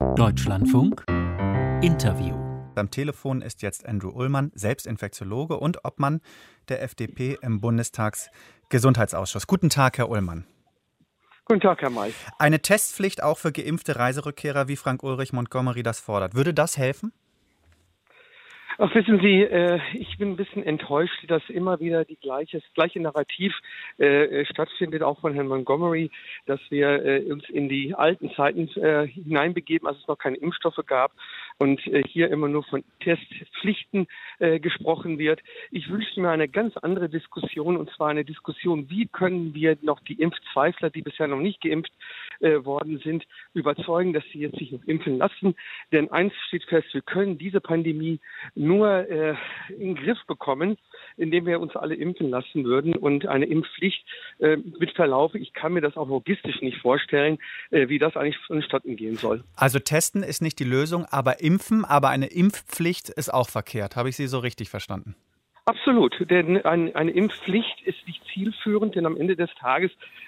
Deutschlandfunk Interview. Am Telefon ist jetzt Andrew Ullmann, selbst Infektiologe und Obmann der FDP im Bundestagsgesundheitsausschuss. Guten Tag, Herr Ullmann. Guten Tag, Herr May. Eine Testpflicht auch für geimpfte Reiserückkehrer, wie Frank-Ulrich Montgomery das fordert. Würde das helfen? Ach, wissen Sie, ich bin ein bisschen enttäuscht, dass immer wieder das gleiche Narrativ stattfindet, auch von Herrn Montgomery, dass wir uns in die alten Zeiten hineinbegeben, als es noch keine Impfstoffe gab und hier immer nur von Testpflichten gesprochen wird. Ich wünschte mir eine ganz andere Diskussion, und zwar eine Diskussion, wie können wir noch die Impfzweifler, die bisher noch nicht geimpft worden sind, überzeugen, dass sie jetzt sich noch impfen lassen. Denn eins steht fest, wir können diese Pandemie nur in den Griff bekommen, indem wir uns alle impfen lassen würden. Und eine Impfpflicht mit Verlauf, ich kann mir das auch logistisch nicht vorstellen, wie das eigentlich vonstatten gehen soll. Also testen ist nicht die Lösung, aber impfen, aber eine Impfpflicht ist auch verkehrt. Habe ich Sie so richtig verstanden? Absolut, denn eine Impfpflicht ist nicht zielführend, denn am Ende des Tages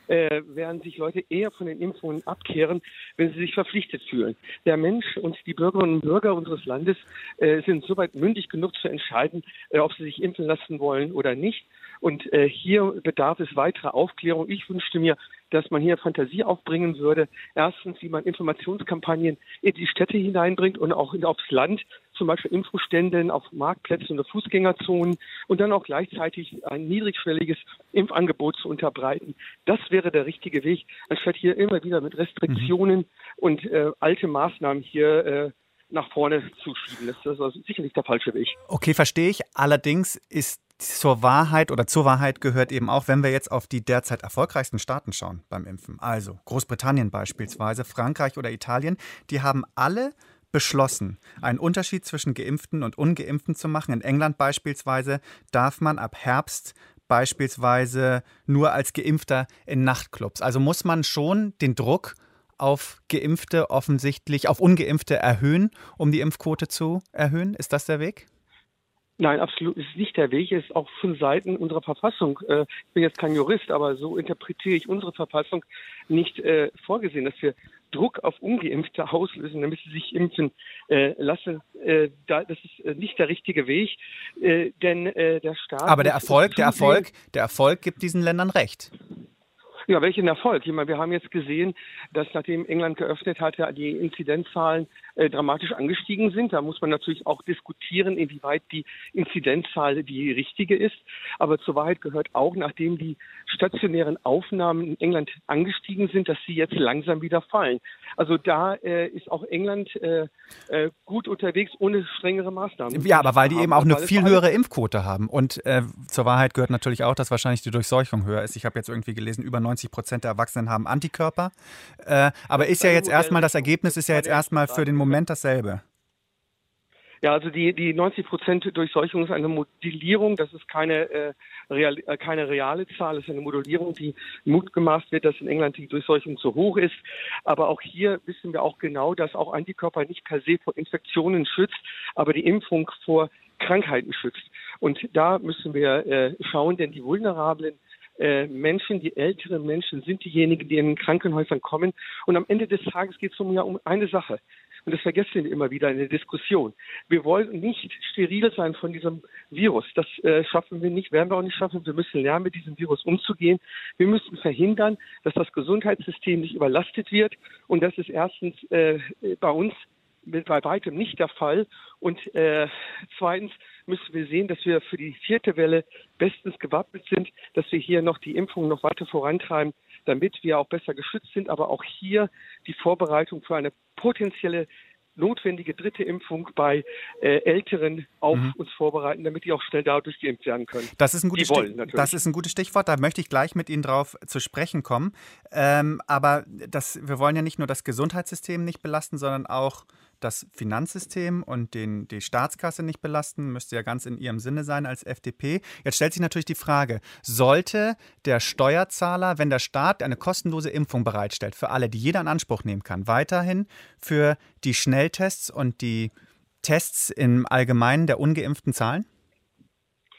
werden sich Leute eher von den Impfungen abkehren, wenn sie sich verpflichtet fühlen. Der Mensch und die Bürgerinnen und Bürger unseres Landes sind soweit mündig genug zu entscheiden, ob sie sich impfen lassen wollen oder nicht. Und hier bedarf es weiterer Aufklärung. Ich wünschte mir, dass man hier Fantasie aufbringen würde. Erstens, wie man Informationskampagnen in die Städte hineinbringt und auch aufs Land, zum Beispiel Infoständen auf Marktplätzen oder Fußgängerzonen und dann auch gleichzeitig ein niedrigschwelliges Impfangebot zu unterbreiten. Das wäre der richtige Weg, anstatt hier immer wieder mit Restriktionen und alte Maßnahmen hier nach vorne zu schieben. Das ist also sicherlich der falsche Weg. Okay, verstehe ich. Allerdings ist zur Wahrheit gehört eben auch, wenn wir jetzt auf die derzeit erfolgreichsten Staaten schauen beim Impfen, also Großbritannien beispielsweise, Frankreich oder Italien, die haben alle beschlossen, einen Unterschied zwischen Geimpften und Ungeimpften zu machen. In England beispielsweise darf man ab Herbst beispielsweise nur als Geimpfter in Nachtclubs. Also muss man schon den Druck auf Geimpfte offensichtlich, auf Ungeimpfte erhöhen, um die Impfquote zu erhöhen. Ist das der Weg? Nein, absolut ist nicht der Weg. Es ist auch von Seiten unserer Verfassung, ich bin jetzt kein Jurist, aber so interpretiere ich unsere Verfassung, nicht vorgesehen, dass wir Druck auf Ungeimpfte auslösen, damit sie sich impfen lassen. Das ist nicht der richtige Weg, denn der Staat... Aber der Erfolg gibt diesen Ländern recht. Ja, welchen Erfolg? Ich meine, wir haben jetzt gesehen, dass nachdem England geöffnet hatte, die Inzidenzzahlen dramatisch angestiegen sind. Da muss man natürlich auch diskutieren, inwieweit die Inzidenzzahl die richtige ist. Aber zur Wahrheit gehört auch, nachdem die stationären Aufnahmen in England angestiegen sind, dass sie jetzt langsam wieder fallen. Also da ist auch England gut unterwegs, ohne strengere Maßnahmen. Ja, aber weil die eben auch eine viel höhere Impfquote haben. Und zur Wahrheit gehört natürlich auch, dass wahrscheinlich die Durchseuchung höher ist. Ich habe jetzt irgendwie gelesen, über 90% der Erwachsenen haben Antikörper. Aber ist ja jetzt erstmal, das Ergebnis ist ja jetzt erstmal für den Moment dasselbe. Ja, also die 90% Durchseuchung ist eine Modellierung, das ist keine reale Zahl, es ist eine Modellierung, die mutgemaßt wird, dass in England die Durchseuchung zu hoch ist. Aber auch hier wissen wir auch genau, dass auch Antikörper nicht per se vor Infektionen schützt, aber die Impfung vor Krankheiten schützt. Und da müssen wir schauen, denn die vulnerablen Menschen, die älteren Menschen sind diejenigen, die in den Krankenhäusern kommen. Und am Ende des Tages geht es um eine Sache. Und das vergessen wir immer wieder in der Diskussion. Wir wollen nicht steril sein von diesem Virus. Das schaffen wir nicht, werden wir auch nicht schaffen. Wir müssen lernen, mit diesem Virus umzugehen. Wir müssen verhindern, dass das Gesundheitssystem nicht überlastet wird. Und das ist erstens bei uns bei weitem nicht der Fall. Und zweitens müssen wir sehen, dass wir für die 4. Welle bestens gewappnet sind, dass wir hier noch die Impfung noch weiter vorantreiben, damit wir auch besser geschützt sind, aber auch hier die Vorbereitung für eine potenzielle notwendige 3. Impfung bei Älteren auf uns vorbereiten, damit die auch schnell dadurch geimpft werden können. Das ist ein gutes Stichwort, da möchte ich gleich mit Ihnen drauf zu sprechen kommen. Aber wir wollen ja nicht nur das Gesundheitssystem nicht belasten, sondern auch das Finanzsystem und die Staatskasse nicht belasten, müsste ja ganz in Ihrem Sinne sein als FDP. Jetzt stellt sich natürlich die Frage, sollte der Steuerzahler, wenn der Staat eine kostenlose Impfung bereitstellt für alle, die jeder in Anspruch nehmen kann, weiterhin für die Schnelltests und die Tests im Allgemeinen der Ungeimpften zahlen?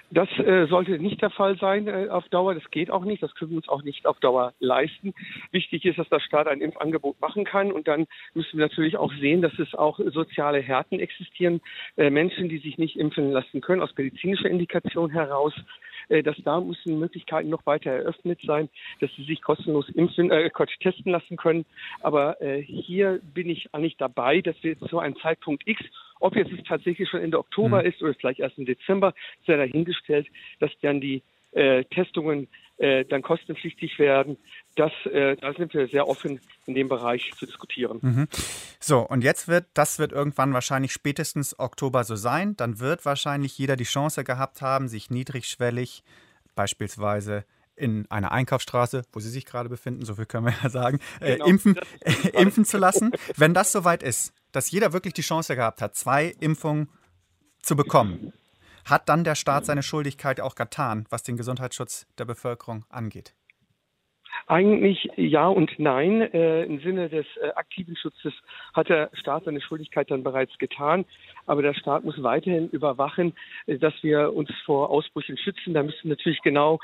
Das sollte nicht der Fall sein auf Dauer. Das geht auch nicht. Das können wir uns auch nicht auf Dauer leisten. Wichtig ist, dass der Staat ein Impfangebot machen kann. Und dann müssen wir natürlich auch sehen, dass es auch soziale Härten existieren. Menschen, die sich nicht impfen lassen können, aus medizinischer Indikation heraus. Dass da müssen Möglichkeiten noch weiter eröffnet sein, dass sie sich kostenlos testen lassen können. Aber hier bin ich eigentlich dabei, dass wir zu einem Zeitpunkt X, ob jetzt es tatsächlich schon Ende Oktober ist oder vielleicht erst im Dezember, sei dahingestellt, dass dann die Testungen dann kostenpflichtig werden. Da sind wir sehr offen in dem Bereich zu diskutieren. Mhm. So, und das wird irgendwann wahrscheinlich spätestens Oktober so sein. Dann wird wahrscheinlich jeder die Chance gehabt haben, sich niedrigschwellig beispielsweise in einer Einkaufsstraße, wo Sie sich gerade befinden, so viel können wir ja sagen, impfen zu lassen. Wenn das soweit ist, dass jeder wirklich die Chance gehabt hat, 2 Impfungen zu bekommen, hat dann der Staat seine Schuldigkeit auch getan, was den Gesundheitsschutz der Bevölkerung angeht? Eigentlich ja und nein. Im Sinne des aktiven Schutzes hat der Staat seine Schuldigkeit dann bereits getan. Aber der Staat muss weiterhin überwachen, dass wir uns vor Ausbrüchen schützen. Da müssen natürlich genaue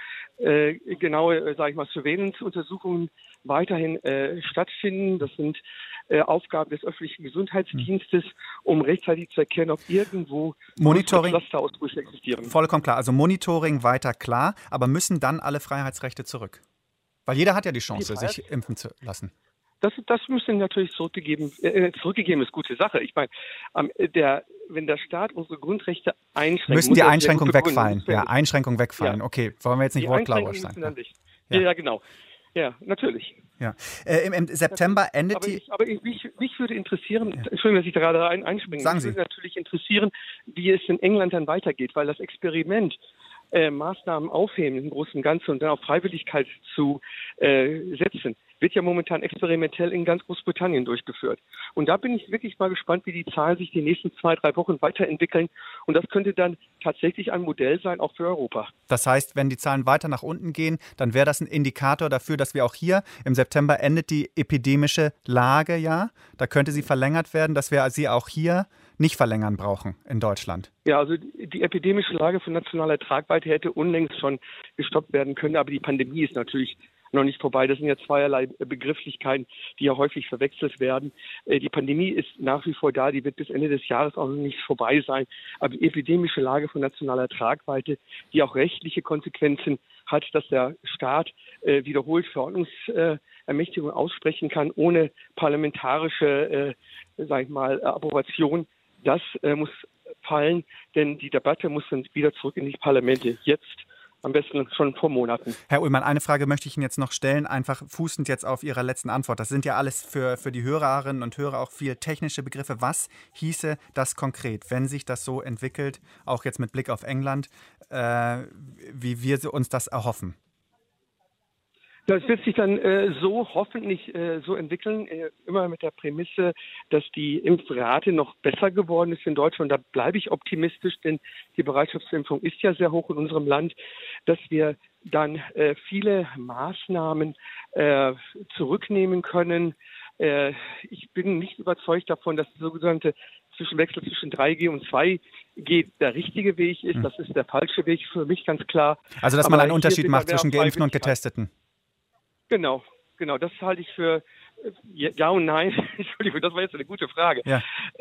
Surveillance-Untersuchungen weiterhin stattfinden. Das sind Aufgaben des öffentlichen Gesundheitsdienstes, um rechtzeitig zu erkennen, ob irgendwo Clusterausbrüche existieren. Vollkommen klar. Also Monitoring weiter klar, aber müssen dann alle Freiheitsrechte zurück? Weil jeder hat ja die Chance, sich impfen zu lassen. Das müsste natürlich zurückgegeben ist gute Sache. Ich meine, wenn der Staat unsere Grundrechte einschränkt, müssen die Einschränkungen wegfallen. Ja, Einschränkungen wegfallen. Ja. Okay, wollen wir jetzt nicht wortklauerisch sein. Ja, genau. Ja, natürlich. Ja. Im September endet mich würde interessieren, Entschuldigung, dass ich da gerade einspringe. Sagen Sie. Mich würde natürlich interessieren, wie es in England dann weitergeht, weil das Experiment, Maßnahmen aufheben im Großen und Ganzen und dann auf Freiwilligkeit zu setzen, wird ja momentan experimentell in ganz Großbritannien durchgeführt. Und da bin ich wirklich mal gespannt, wie die Zahlen sich die nächsten 2-3 Wochen weiterentwickeln. Und das könnte dann tatsächlich ein Modell sein, auch für Europa. Das heißt, wenn die Zahlen weiter nach unten gehen, dann wäre das ein Indikator dafür, dass wir auch hier im September endet die epidemische Lage, ja. Da könnte sie verlängert werden, dass wir sie auch hier nicht verlängern brauchen in Deutschland. Ja, also die epidemische Lage von nationaler Tragweite hätte unlängst schon gestoppt werden können. Aber die Pandemie ist natürlich noch nicht vorbei. Das sind ja zweierlei Begrifflichkeiten, die ja häufig verwechselt werden. Die Pandemie ist nach wie vor da, die wird bis Ende des Jahres auch noch nicht vorbei sein. Aber die epidemische Lage von nationaler Tragweite, die auch rechtliche Konsequenzen hat, dass der Staat wiederholt Verordnungsermächtigungen aussprechen kann, ohne parlamentarische, Approbation, das muss fallen, denn die Debatte muss dann wieder zurück in die Parlamente. Jetzt am besten schon vor Monaten. Herr Ullmann, eine Frage möchte ich Ihnen jetzt noch stellen, einfach fußend jetzt auf Ihrer letzten Antwort. Das sind ja alles für die Hörerinnen und Hörer auch viel technische Begriffe. Was hieße das konkret, wenn sich das so entwickelt, auch jetzt mit Blick auf England, wie wir uns das erhoffen? Das wird sich dann hoffentlich so entwickeln, immer mit der Prämisse, dass die Impfrate noch besser geworden ist in Deutschland. Da bleibe ich optimistisch, denn die Bereitschaft zur Impfung ist ja sehr hoch in unserem Land, dass wir dann viele Maßnahmen zurücknehmen können. Ich bin nicht überzeugt davon, dass der sogenannte Wechsel zwischen 3G und 2G der richtige Weg ist. Das ist der falsche Weg für mich, ganz klar. Also, dass man einen Unterschied macht zwischen Geimpften und Getesteten. Genau. Das halte ich für ja und nein. Entschuldigung, das war jetzt eine gute Frage. Ja.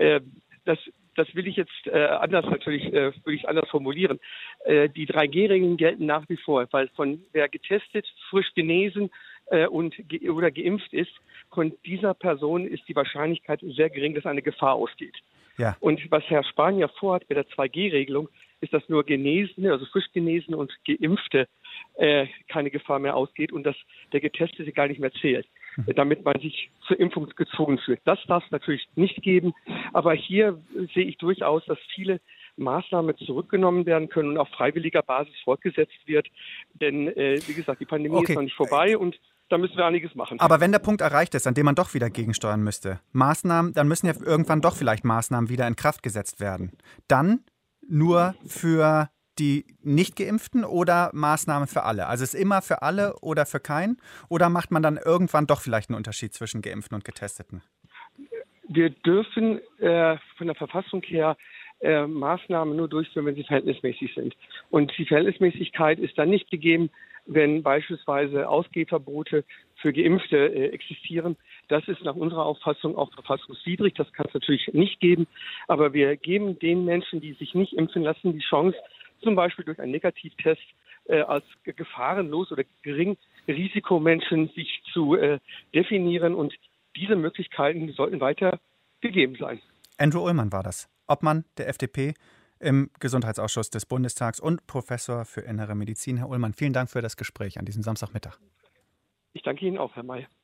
Das will ich jetzt würde ich anders formulieren. Die 3G-Regeln gelten nach wie vor, weil wer getestet, frisch genesen oder geimpft ist, von dieser Person ist die Wahrscheinlichkeit sehr gering, dass eine Gefahr ausgeht. Ja. Und was Herr Spanier vorhat bei der 2G-Regelung, ist, dass nur Genesene, also frisch Genesene und Geimpfte keine Gefahr mehr ausgeht und dass der Getestete gar nicht mehr zählt, damit man sich zur Impfung gezwungen fühlt. Das darf es natürlich nicht geben, aber hier sehe ich durchaus, dass viele Maßnahmen zurückgenommen werden können und auf freiwilliger Basis fortgesetzt wird, denn wie gesagt, die Pandemie ist noch nicht vorbei und da müssen wir einiges machen. Aber wenn der Punkt erreicht ist, an dem man doch wieder gegensteuern müsste, dann müssen ja irgendwann doch vielleicht Maßnahmen wieder in Kraft gesetzt werden. Dann nur für die Nicht-Geimpften oder Maßnahmen für alle? Also ist immer für alle oder für keinen? Oder macht man dann irgendwann doch vielleicht einen Unterschied zwischen Geimpften und Getesteten? Wir dürfen von der Verfassung her Maßnahmen nur durchführen, wenn sie verhältnismäßig sind. Und die Verhältnismäßigkeit ist dann nicht gegeben, wenn beispielsweise Ausgehverbote für Geimpfte existieren. Das ist nach unserer Auffassung auch verfassungswidrig. Das kann es natürlich nicht geben. Aber wir geben den Menschen, die sich nicht impfen lassen, die Chance, zum Beispiel durch einen Negativtest als gefahrenlos oder gering Risikomenschen sich zu definieren. Und diese Möglichkeiten sollten weiter gegeben sein. Andrew Ullmann war das, Obmann der FDP im Gesundheitsausschuss des Bundestags und Professor für Innere Medizin. Herr Ullmann, vielen Dank für das Gespräch an diesem Samstagmittag. Ich danke Ihnen auch, Herr May.